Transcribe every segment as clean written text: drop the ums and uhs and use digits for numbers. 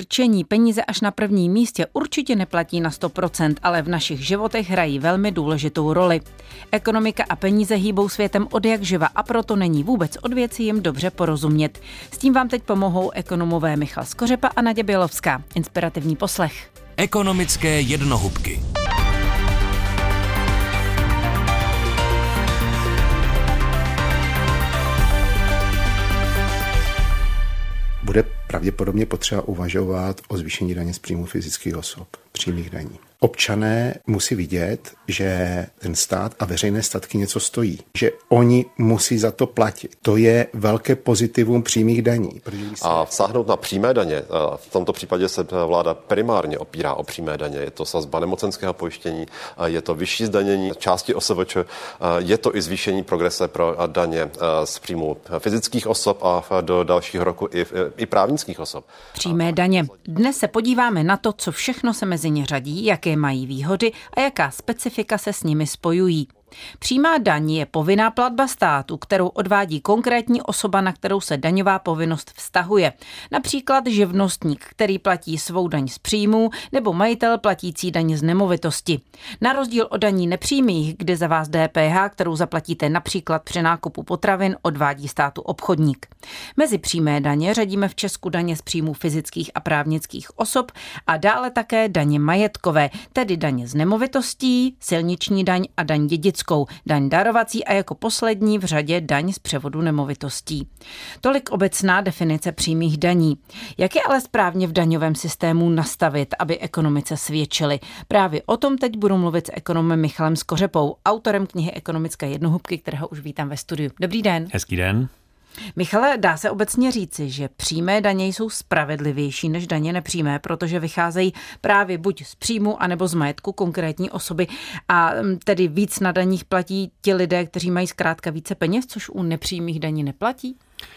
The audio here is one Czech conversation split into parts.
rčení peníze až na prvním místě určitě neplatí na 100%, ale v našich životech hrají velmi důležitou roli. Ekonomika a peníze hýbou světem odjakživa a proto není vůbec od věci jim dobře porozumět. S tím vám teď pomohou ekonomové Michal Skořepa a Naděja Bělovská. Inspirativní poslech. Ekonomické jednohubky. Bude pravděpodobně potřeba uvažovat o zvýšení daně z příjmu fyzických osob, přímých daní. Občané musí vidět, že ten stát a veřejné statky něco stojí, že oni musí za to platit. To je velké pozitivum přímých daní. A vsáhnout na přímé daně, v tomto případě se vláda primárně opírá o přímé daně. Je to sazba nemocenského pojištění, je to vyšší zdanění části OSVČ, je to i zvýšení progrese pro daně z příjmu fyzických osob a do dalšího roku i právnických osob. Přímé daně. Dnes se podíváme na to, co všechno se mezi ně řadí, jaké mají výhody a jaká specifika se s nimi spojují. Přímá daň je povinná platba státu, kterou odvádí konkrétní osoba, na kterou se daňová povinnost vztahuje. Například živnostník, který platí svou daň z příjmů, nebo majitel platící daň z nemovitosti. Na rozdíl od daní nepřímých, kde za vás DPH, kterou zaplatíte například při nákupu potravin, odvádí státu obchodník. Mezi přímé daně řadíme v Česku daně z příjmů fyzických a právnických osob a dále také daně majetkové, tedy daně z nemovitostí, silniční daň a daň dědickou, daň darovací a jako poslední v řadě daň z převodu nemovitostí. Tolik obecná definice přímých daní. Jak je ale správně v daňovém systému nastavit, aby ekonomice svědčily? Právě o tom teď budu mluvit s ekonomem Michalem Skořepou, autorem knihy Ekonomické jednohubky, kterého už vítám ve studiu. Dobrý den. Hezký den. Michale, dá se obecně říci, že přímé daně jsou spravedlivější než daně nepřímé, protože vycházejí právě buď z příjmu, anebo z majetku konkrétní osoby a tedy víc na daních platí ti lidé, kteří mají zkrátka více peněz, což u nepřímých daní neplatí?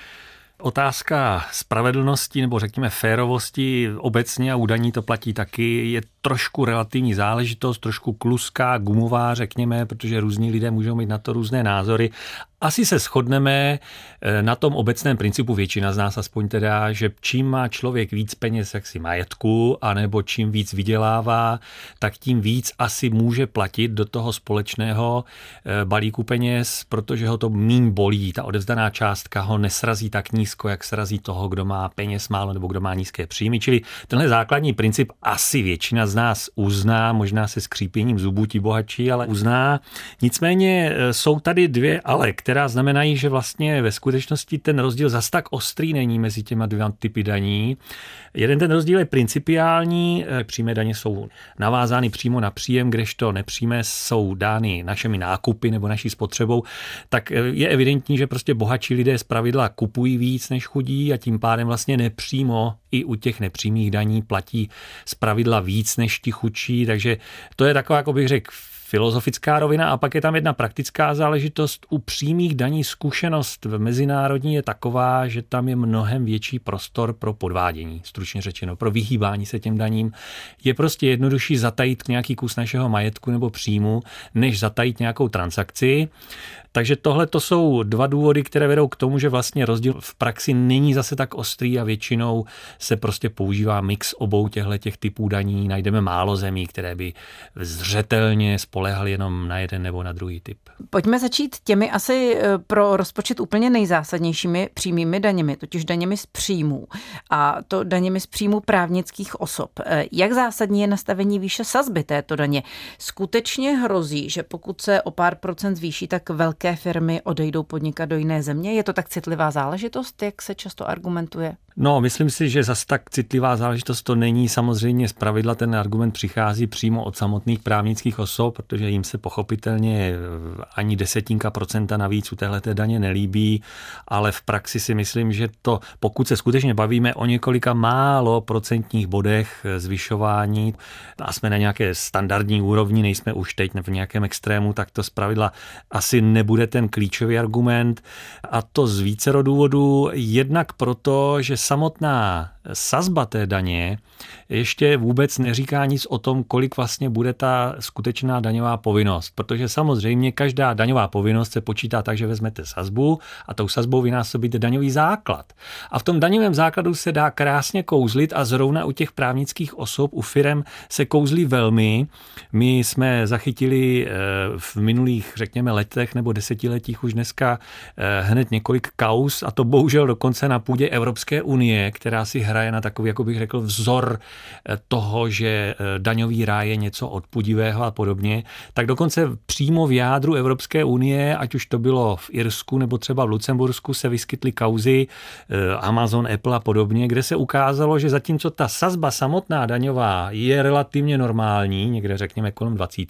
Otázka spravedlnosti nebo řekněme férovosti obecně a u daní to platí taky, je trošku relativní záležitost, trošku kluská, gumová, řekněme, protože různí lidé můžou mít na to různé názory. Asi se shodneme na tom obecném principu, většina z nás aspoň teda, že čím má člověk víc peněz jaksi majetku, anebo čím víc vydělává, tak tím víc asi může platit do toho společného balíku peněz, protože ho to míň bolí. Ta odevzdaná částka ho nesrazí tak nízko, jak srazí toho, kdo má peněz málo nebo kdo má nízké příjmy. Čili tenhle základní princip asi většina z nás uzná, možná se skřípěním zubů ti bohatší, ale uzná. Nicméně jsou tady dvě ale, která znamenají, že vlastně ve skutečnosti ten rozdíl zas tak ostrý není mezi těma dvěma typy daní. Jeden ten rozdíl je principiální, přímé daně jsou navázány přímo na příjem, kdežto nepřímé jsou dány našimi nákupy nebo naší spotřebou, tak je evidentní, že prostě bohatší lidé zpravidla kupují víc než chudí a tím pádem vlastně nepřímo i u těch nepřímých daní platí zpravidla víc než ti chudší, takže to je taková, jako bych řekl, filozofická rovina a pak je tam jedna praktická záležitost. U přímých daní zkušenost v mezinárodní je taková, že tam je mnohem větší prostor pro podvádění, stručně řečeno, pro vyhýbání se těm daním. Je prostě jednodušší zatajit nějaký kus našeho majetku nebo příjmu, než zatajit nějakou transakci. Takže tohle to jsou dva důvody, které vedou k tomu, že vlastně rozdíl v praxi není zase tak ostrý a většinou se prostě používá mix obou těch typů daní. Najdeme málo zemí, které by zřetelně spoléhaly jenom na jeden nebo na druhý typ. Pojďme začít těmi asi pro rozpočet úplně nejzásadnějšími přímými daněmi, totiž daněmi z příjmů. A to daněmi z příjmů právnických osob. Jak zásadní je nastavení výše sazby této daně? Skutečně hrozí, že pokud se o pár procent zvýší, tak velké firmy odejdou podnikat do jiné země? Je to tak citlivá záležitost, jak se často argumentuje? No, myslím si, že zas tak citlivá záležitost to není. Samozřejmě zpravidla ten argument přichází přímo od samotných právnických osob, protože jim se pochopitelně ani 0,1% navíc u téhleté daně nelíbí, ale v praxi si myslím, že to, pokud se skutečně bavíme o několika málo procentních bodech zvyšování a jsme na nějaké standardní úrovni, nejsme už teď v nějakém extrému, tak to zpravidla asi nebude ten klíčový argument a to z vícero důvodů. Jednak proto, že samotná sazba té daně ještě vůbec neříká nic o tom, kolik vlastně bude ta skutečná daňová povinnost. Protože samozřejmě každá daňová povinnost se počítá tak, že vezmete sazbu a tou sazbou vynásobíte daňový základ. A v tom daňovém základu se dá krásně kouzlit a zrovna u těch právnických osob, u firem se kouzlí velmi. My jsme zachytili v minulých, řekněme, letech nebo desetiletích už dneska hned několik kauz a to bohužel dokonce na půdě Evropské unie, která si hraje na takový, jako bych řekl, vzor toho, že daňový ráj je něco odpudivého a podobně, tak dokonce přímo v jádru Evropské unie, ať už to bylo v Irsku nebo třeba v Lucembursku, se vyskytly kauzy Amazon, Apple a podobně, kde se ukázalo, že zatímco ta sazba samotná daňová je relativně normální, někde řekněme kolem 20,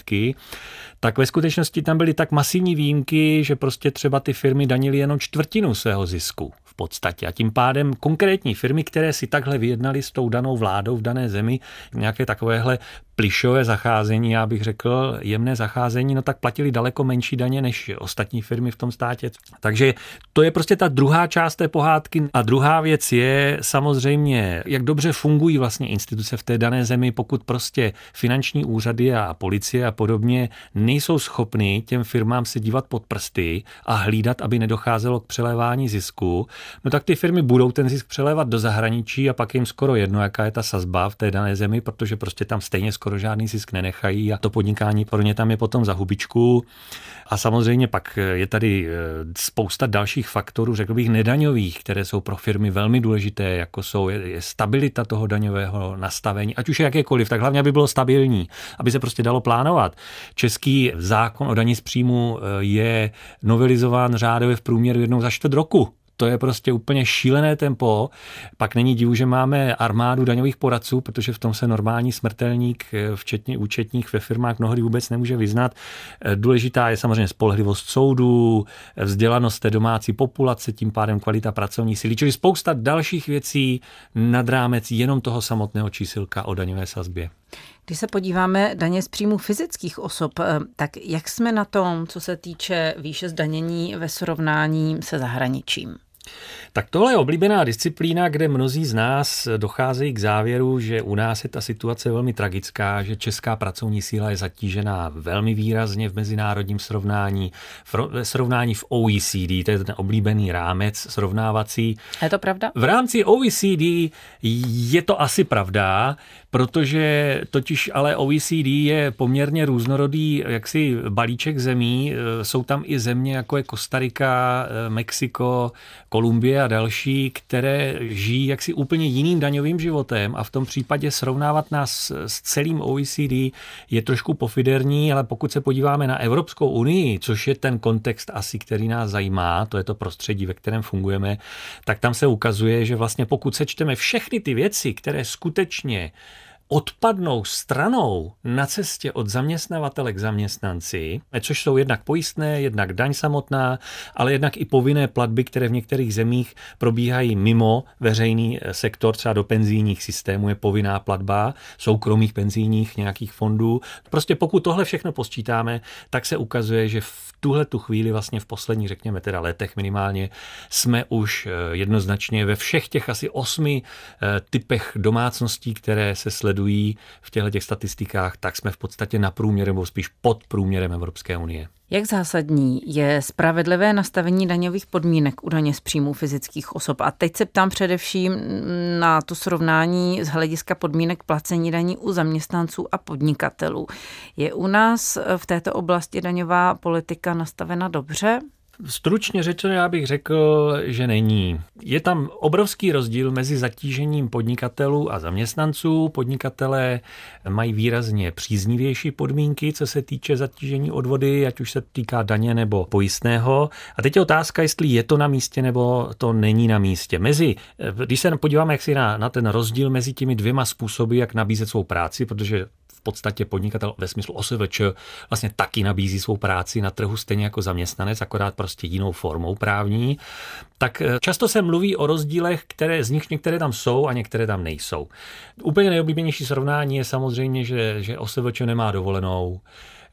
tak ve skutečnosti tam byly tak masivní výjimky, že prostě třeba ty firmy danily jenom čtvrtinu svého zisku v podstatě. A tím pádem konkrétní firmy, které si takhle vyjednaly s tou danou vládou v dané zemi nějaké takovéhle plišové zacházení, já bych řekl jemné zacházení, no tak platili daleko menší daně než ostatní firmy v tom státě. Takže to je prostě ta druhá část té pohádky. A druhá věc je samozřejmě, jak dobře fungují vlastně instituce v té dané zemi, pokud prostě finanční úřady a policie a podobně nejsou schopni těm firmám se dívat pod prsty a hlídat, aby nedocházelo k přelévání zisku, no tak ty firmy budou ten zisk přelévat do zahraničí a pak jim skoro jedno, jaká je ta sazba v té dané zemi, protože prostě tam stejně skoro žádný zisk nenechají a to podnikání pro ně tam je potom za hubičku. A samozřejmě pak je tady spousta dalších faktorů, řekl bych nedaňových, které jsou pro firmy velmi důležité, jako je stabilita toho daňového nastavení, ať už je jakékoliv, tak hlavně, aby bylo stabilní, aby se prostě dalo plánovat. Český zákon o dani z příjmu je novelizován řádově v průměru jednou za 4 roku. To je prostě úplně šílené tempo. Pak není divu, že máme armádu daňových poradců, protože v tom se normální smrtelník, včetně účetních ve firmách, mnohdy vůbec nemůže vyznat. Důležitá je samozřejmě spolehlivost soudů, vzdělanost té domácí populace, tím pádem kvalita pracovní síly, čili spousta dalších věcí nad rámec jenom toho samotného čísilka o daňové sazbě. Když se podíváme daně z příjmu fyzických osob, tak jak jsme na tom, co se týče výše zdanění ve srovnání se zahraničím? Tak tohle je oblíbená disciplína, kde mnozí z nás docházejí k závěru, že u nás je ta situace velmi tragická, že česká pracovní síla je zatížená velmi výrazně v mezinárodním srovnání, v srovnání v OECD, to je ten oblíbený rámec srovnávací. Je to pravda? V rámci OECD je to asi pravda, protože totiž ale OECD je poměrně různorodý jaksi balíček zemí. Jsou tam i země, jako je Kostarika, Mexiko, Kolumbie a další, které žijí jaksi úplně jiným daňovým životem a v tom případě srovnávat nás s celým OECD je trošku pofiderní, ale pokud se podíváme na Evropskou unii, což je ten kontext asi, který nás zajímá, to je to prostředí, ve kterém fungujeme, tak tam se ukazuje, že vlastně pokud sečteme všechny ty věci, které skutečně odpadnou stranou na cestě od zaměstnavatele k zaměstnanci, což jsou jednak pojistné, jednak daň samotná, ale jednak i povinné platby, které v některých zemích probíhají mimo veřejný sektor, třeba do penzijních systémů je povinná platba, soukromých penzijních nějakých fondů. Prostě pokud tohle všechno posčítáme, tak se ukazuje, že v tuhletu chvíli vlastně v posledních, řekněme teda letech minimálně, jsme už jednoznačně ve všech těch asi 8 typech domácností, které se sledují v těchto statistikách, tak jsme v podstatě na průměru, nebo spíš pod průměrem Evropské unie. Jak zásadní je spravedlivé nastavení daňových podmínek u daně z příjmů fyzických osob? A teď se ptám především na to srovnání z hlediska podmínek placení daní u zaměstnanců a podnikatelů. Je u nás v této oblasti daňová politika nastavena dobře? Stručně řečeno, já bych řekl, že není. Je tam obrovský rozdíl mezi zatížením podnikatelů a zaměstnanců. Podnikatelé mají výrazně příznivější podmínky, co se týče zatížení odvody, ať už se týká daně nebo pojistného. A teď je otázka, jestli je to na místě nebo to není na místě. Když se podíváme jaksi na ten rozdíl mezi těmi 2 způsoby, jak nabízet svou práci, protože v podstatě podnikatel ve smyslu OSVČ vlastně taky nabízí svou práci na trhu stejně jako zaměstnanec, akorát prostě jinou formou právní, tak často se mluví o rozdílech, z nich některé tam jsou a některé tam nejsou. Úplně nejoblíbenější srovnání je samozřejmě, že OSVČ nemá dovolenou,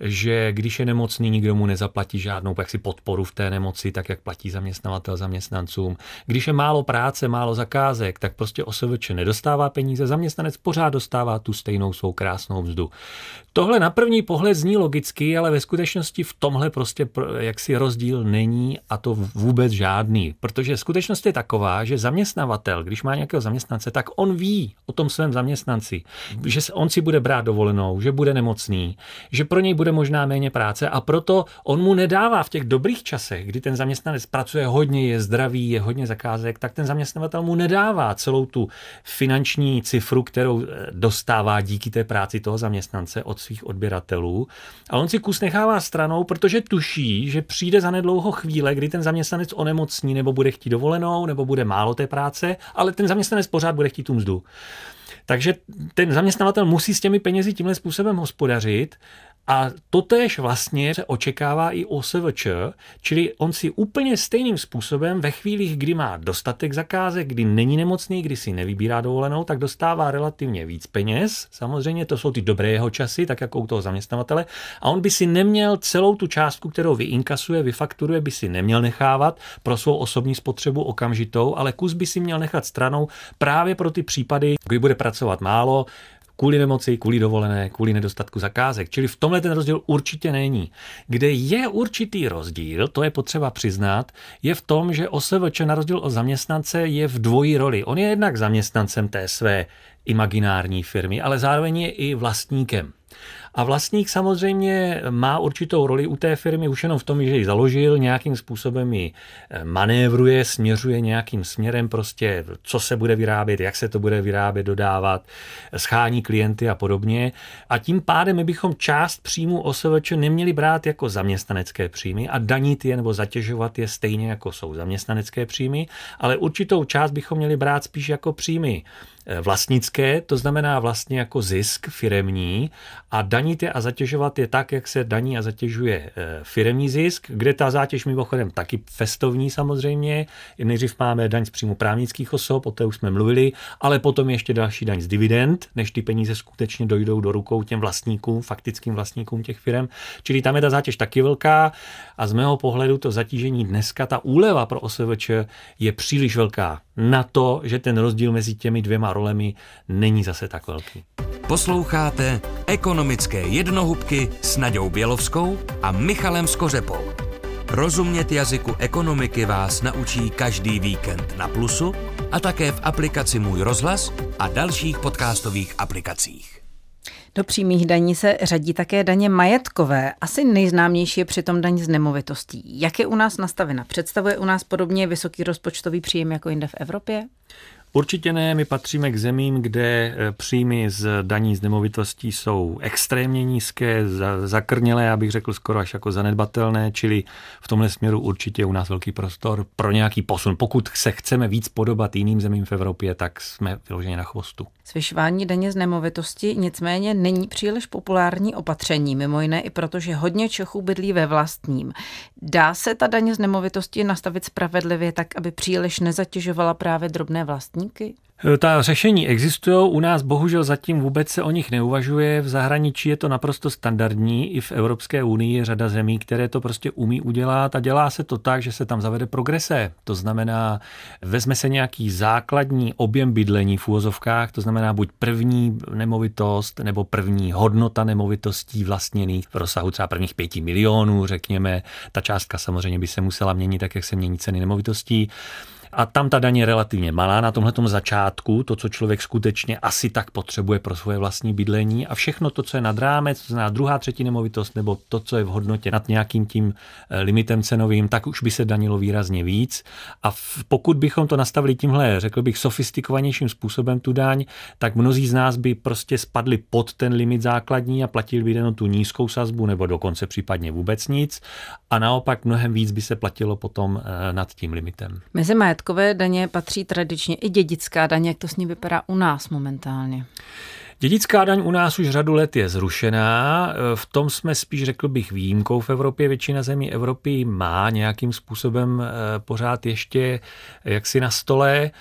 že když je nemocný, nikdo mu nezaplatí žádnou jaksi podporu v té nemoci, tak jak platí zaměstnavatel zaměstnancům. Když je málo práce, málo zakázek, tak prostě OSVČ nedostává peníze, zaměstnanec pořád dostává tu stejnou svou krásnou mzdu. Tohle na první pohled zní logicky, ale ve skutečnosti v tomhle prostě jaksi rozdíl není, a to vůbec žádný, protože skutečnost je taková, že zaměstnavatel, když má nějakého zaměstnance, tak on ví o tom svém zaměstnanci, že on si bude brát dovolenou, že bude nemocný, že pro něj bude možná méně práce, a proto on mu nedává v těch dobrých časech, kdy ten zaměstnanec pracuje hodně, je zdravý, je hodně zakázek, tak ten zaměstnavatel mu nedává celou tu finanční cifru, kterou dostává díky té práci toho zaměstnance od svých odběratelů, a on si kus nechává stranou, protože tuší, že přijde zanedlouho chvíle, kdy ten zaměstnanec onemocní nebo bude chtít dovolenou, nebo bude málo té práce, ale ten zaměstnanec pořád bude chtít tu mzdu. Takže ten zaměstnavatel musí s těmi penězi tímhle způsobem hospodařit, a totéž vlastně se očekává i OSVČ, čili on si úplně stejným způsobem ve chvílích, kdy má dostatek zakázek, kdy není nemocný, kdy si nevybírá dovolenou, tak dostává relativně víc peněz. Samozřejmě to jsou ty dobré jeho časy, tak jako u toho zaměstnavatele, a on by si neměl celou tu částku, kterou vyinkasuje, vyfakturuje, by si neměl nechávat pro svou osobní spotřebu okamžitou, ale kus by si měl nechat stranou právě pro ty případy, kdy bude pracovat málo, kvůli nemoci, kvůli dovolené, kvůli nedostatku zakázek. Čili v tomhle ten rozdíl určitě není. Kde je určitý rozdíl, to je potřeba přiznat, je v tom, že OSVČ na rozdíl od zaměstnance je v dvojí roli. On je jednak zaměstnancem té své imaginární firmy, ale zároveň je i vlastníkem. A vlastník samozřejmě má určitou roli u té firmy už jenom v tom, že ji založil, nějakým způsobem ji manévruje, směřuje nějakým směrem, prostě co se bude vyrábět, jak se to bude vyrábět, dodávat, schání klienty a podobně. A tím pádem my bychom část příjmu OSVČ neměli brát jako zaměstnanecké příjmy a danit je nebo zatěžovat je stejně, jako jsou zaměstnanecké příjmy, ale určitou část bychom měli brát spíš jako příjmy vlastnické, to znamená vlastně jako zisk firemní, a danit je a zatěžovat je tak, jak se daní a zatěžuje firemní zisk, kde ta zátěž mimochodem taky festovní samozřejmě. Nejdřív máme daň z příjmu právnických osob, o té už jsme mluvili, ale potom ještě další daň z dividend, než ty peníze skutečně dojdou do rukou těm vlastníkům, faktickým vlastníkům těch firem. Čili tam je ta zátěž taky velká, a z mého pohledu to zatížení dneska, ta úleva pro OSVČ je příliš velká na to, že ten rozdíl mezi těmi dvěma rolemi není zase tak velký. Posloucháte Ekonomické jednohubky s Naďou Bělovskou a Michalem Skořepou. Rozumět jazyku ekonomiky vás naučí každý víkend na Plusu a také v aplikaci Můj rozhlas a dalších podcastových aplikacích. Do přímých daní se řadí také daně majetkové. Asi nejznámější je přitom daň z nemovitostí. Jak je u nás nastavena? Představuje u nás podobně vysoký rozpočtový příjem jako jinde v Evropě? Určitě ne, my patříme k zemím, kde příjmy z daní z nemovitostí jsou extrémně nízké, zakrnělé, já bych řekl skoro až jako zanedbatelné, čili v tomhle směru určitě je u nás velký prostor pro nějaký posun. Pokud se chceme víc podobat jiným zemím v Evropě, tak jsme vyloženě na chvostu. Zvyšování daně z nemovitosti nicméně není příliš populární opatření, mimo jiné i proto, že hodně Čechů bydlí ve vlastním. Dá se ta daně z nemovitosti nastavit spravedlivě tak, aby příliš nezatěžovala právě drobné vlastníky? Ta řešení existují, u nás bohužel zatím vůbec se o nich neuvažuje, v zahraničí je to naprosto standardní, i v Evropské unii je řada zemí, které to prostě umí udělat, a dělá se to tak, že se tam zavede progrese. To znamená, vezme se nějaký základní objem bydlení v uvozovkách, to znamená buď první nemovitost nebo první hodnota nemovitostí vlastněných v rozsahu třeba prvních 5 milionů, řekněme. Ta částka samozřejmě by se musela měnit tak, jak se mění ceny nemovitostí. A tam ta daň je relativně malá na tomhletom začátku, to, co člověk skutečně asi tak potřebuje pro svoje vlastní bydlení, a všechno to, co je nad rámec, to znamená druhá, třetí nemovitost, nebo to, co je v hodnotě nad nějakým tím limitem cenovým, tak už by se danilo výrazně víc. A pokud bychom to nastavili tímhle, řekl bych, sofistikovanějším způsobem tu daň, tak mnozí z nás by prostě spadli pod ten limit základní a platili by jenom tu nízkou sazbu, nebo dokonce případně vůbec nic. A naopak mnohem víc by se platilo potom nad tím limitem. Mezi majetkové daně patří tradičně i dědická daň, jak to s ní vypadá u nás momentálně? Dědická daň u nás už řadu let je zrušená, v tom jsme spíš, řekl bych, výjimkou v Evropě. Většina zemí Evropy má nějakým způsobem pořád ještě jaksi na stole.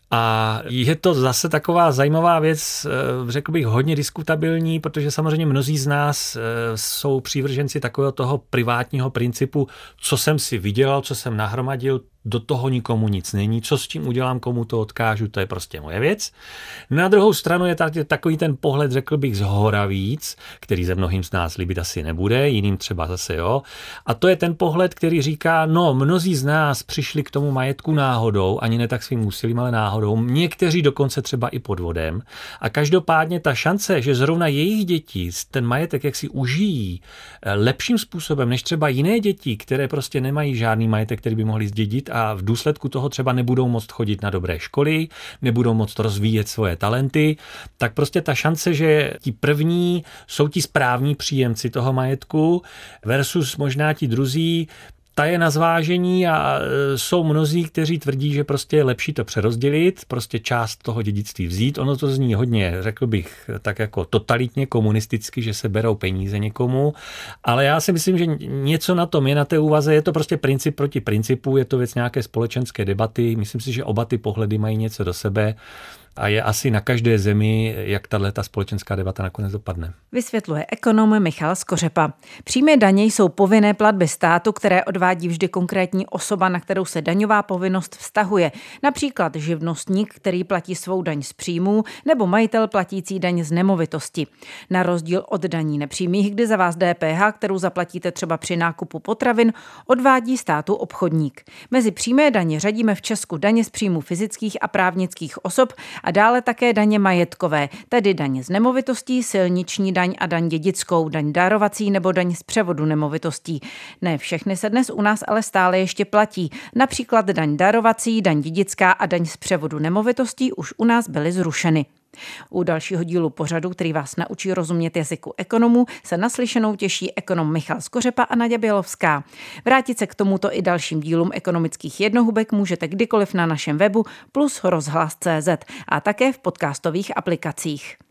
A je to zase taková zajímavá věc, řekl bych hodně diskutabilní, protože samozřejmě mnozí z nás jsou přívrženci takového toho privátního principu, co jsem si vydělal, co jsem nahromadil, do toho nikomu nic není, co s tím udělám, komu to odkážu, to je prostě moje věc. Na druhou stranu je takový ten pohled, řekl bych, zhora víc, který ze mnohým z nás líbit asi nebude, jiným třeba zase jo. A to je ten pohled, který říká, no, mnozí z nás přišli k tomu majetku náhodou, ani ne tak svým úsilím, ale náhodou, někteří dokonce třeba i podvodem. A každopádně ta šance, že zrovna jejich děti ten majetek jak si užijí lepším způsobem, než třeba jiné děti, které prostě nemají žádný majetek, který by mohli zdědit, a v důsledku toho třeba nebudou moct chodit na dobré školy, nebudou moct rozvíjet svoje talenty, tak prostě ta šance, že ti první jsou ti správní příjemci toho majetku versus možná ti druzí, ta je na zvážení a jsou mnozí, kteří tvrdí, že prostě je lepší to přerozdělit, prostě část toho dědictví vzít. Ono to zní hodně, řekl bych, tak jako totalitně komunisticky, že se berou peníze někomu, ale já si myslím, že něco na tom je, na té úvaze, je to prostě princip proti principu, je to věc nějaké společenské debaty, myslím si, že oba ty pohledy mají něco do sebe. A je asi na každé zemi, jak tato společenská debata nakonec dopadne. Vysvětluje ekonom Michal Skořepa. Přímé daně jsou povinné platby státu, které odvádí vždy konkrétní osoba, na kterou se daňová povinnost vztahuje. Například živnostník, který platí svou daň z příjmů, nebo majitel platící daň z nemovitosti. Na rozdíl od daní nepřímých, kdy za vás DPH, kterou zaplatíte třeba při nákupu potravin, odvádí státu obchodník. Mezi přímé daně řadíme v Česku daně z příjmů fyzických a právnických osob a dále také daně majetkové, tedy daně z nemovitostí, silniční daň a daň dědickou, daň darovací nebo daň z převodu nemovitostí. Ne všechny se dnes u nás ale stále ještě platí. Například daň darovací, daň dědická a daň z převodu nemovitostí už u nás byly zrušeny. U dalšího dílu pořadu, který vás naučí rozumět jazyku ekonomů, se na slyšenou těší ekonom Michal Skořepa a Naďa Bělovská. Vrátit se k tomuto i dalším dílům ekonomických jednohubek můžete kdykoliv na našem webu plus rozhlas.cz a také v podcastových aplikacích.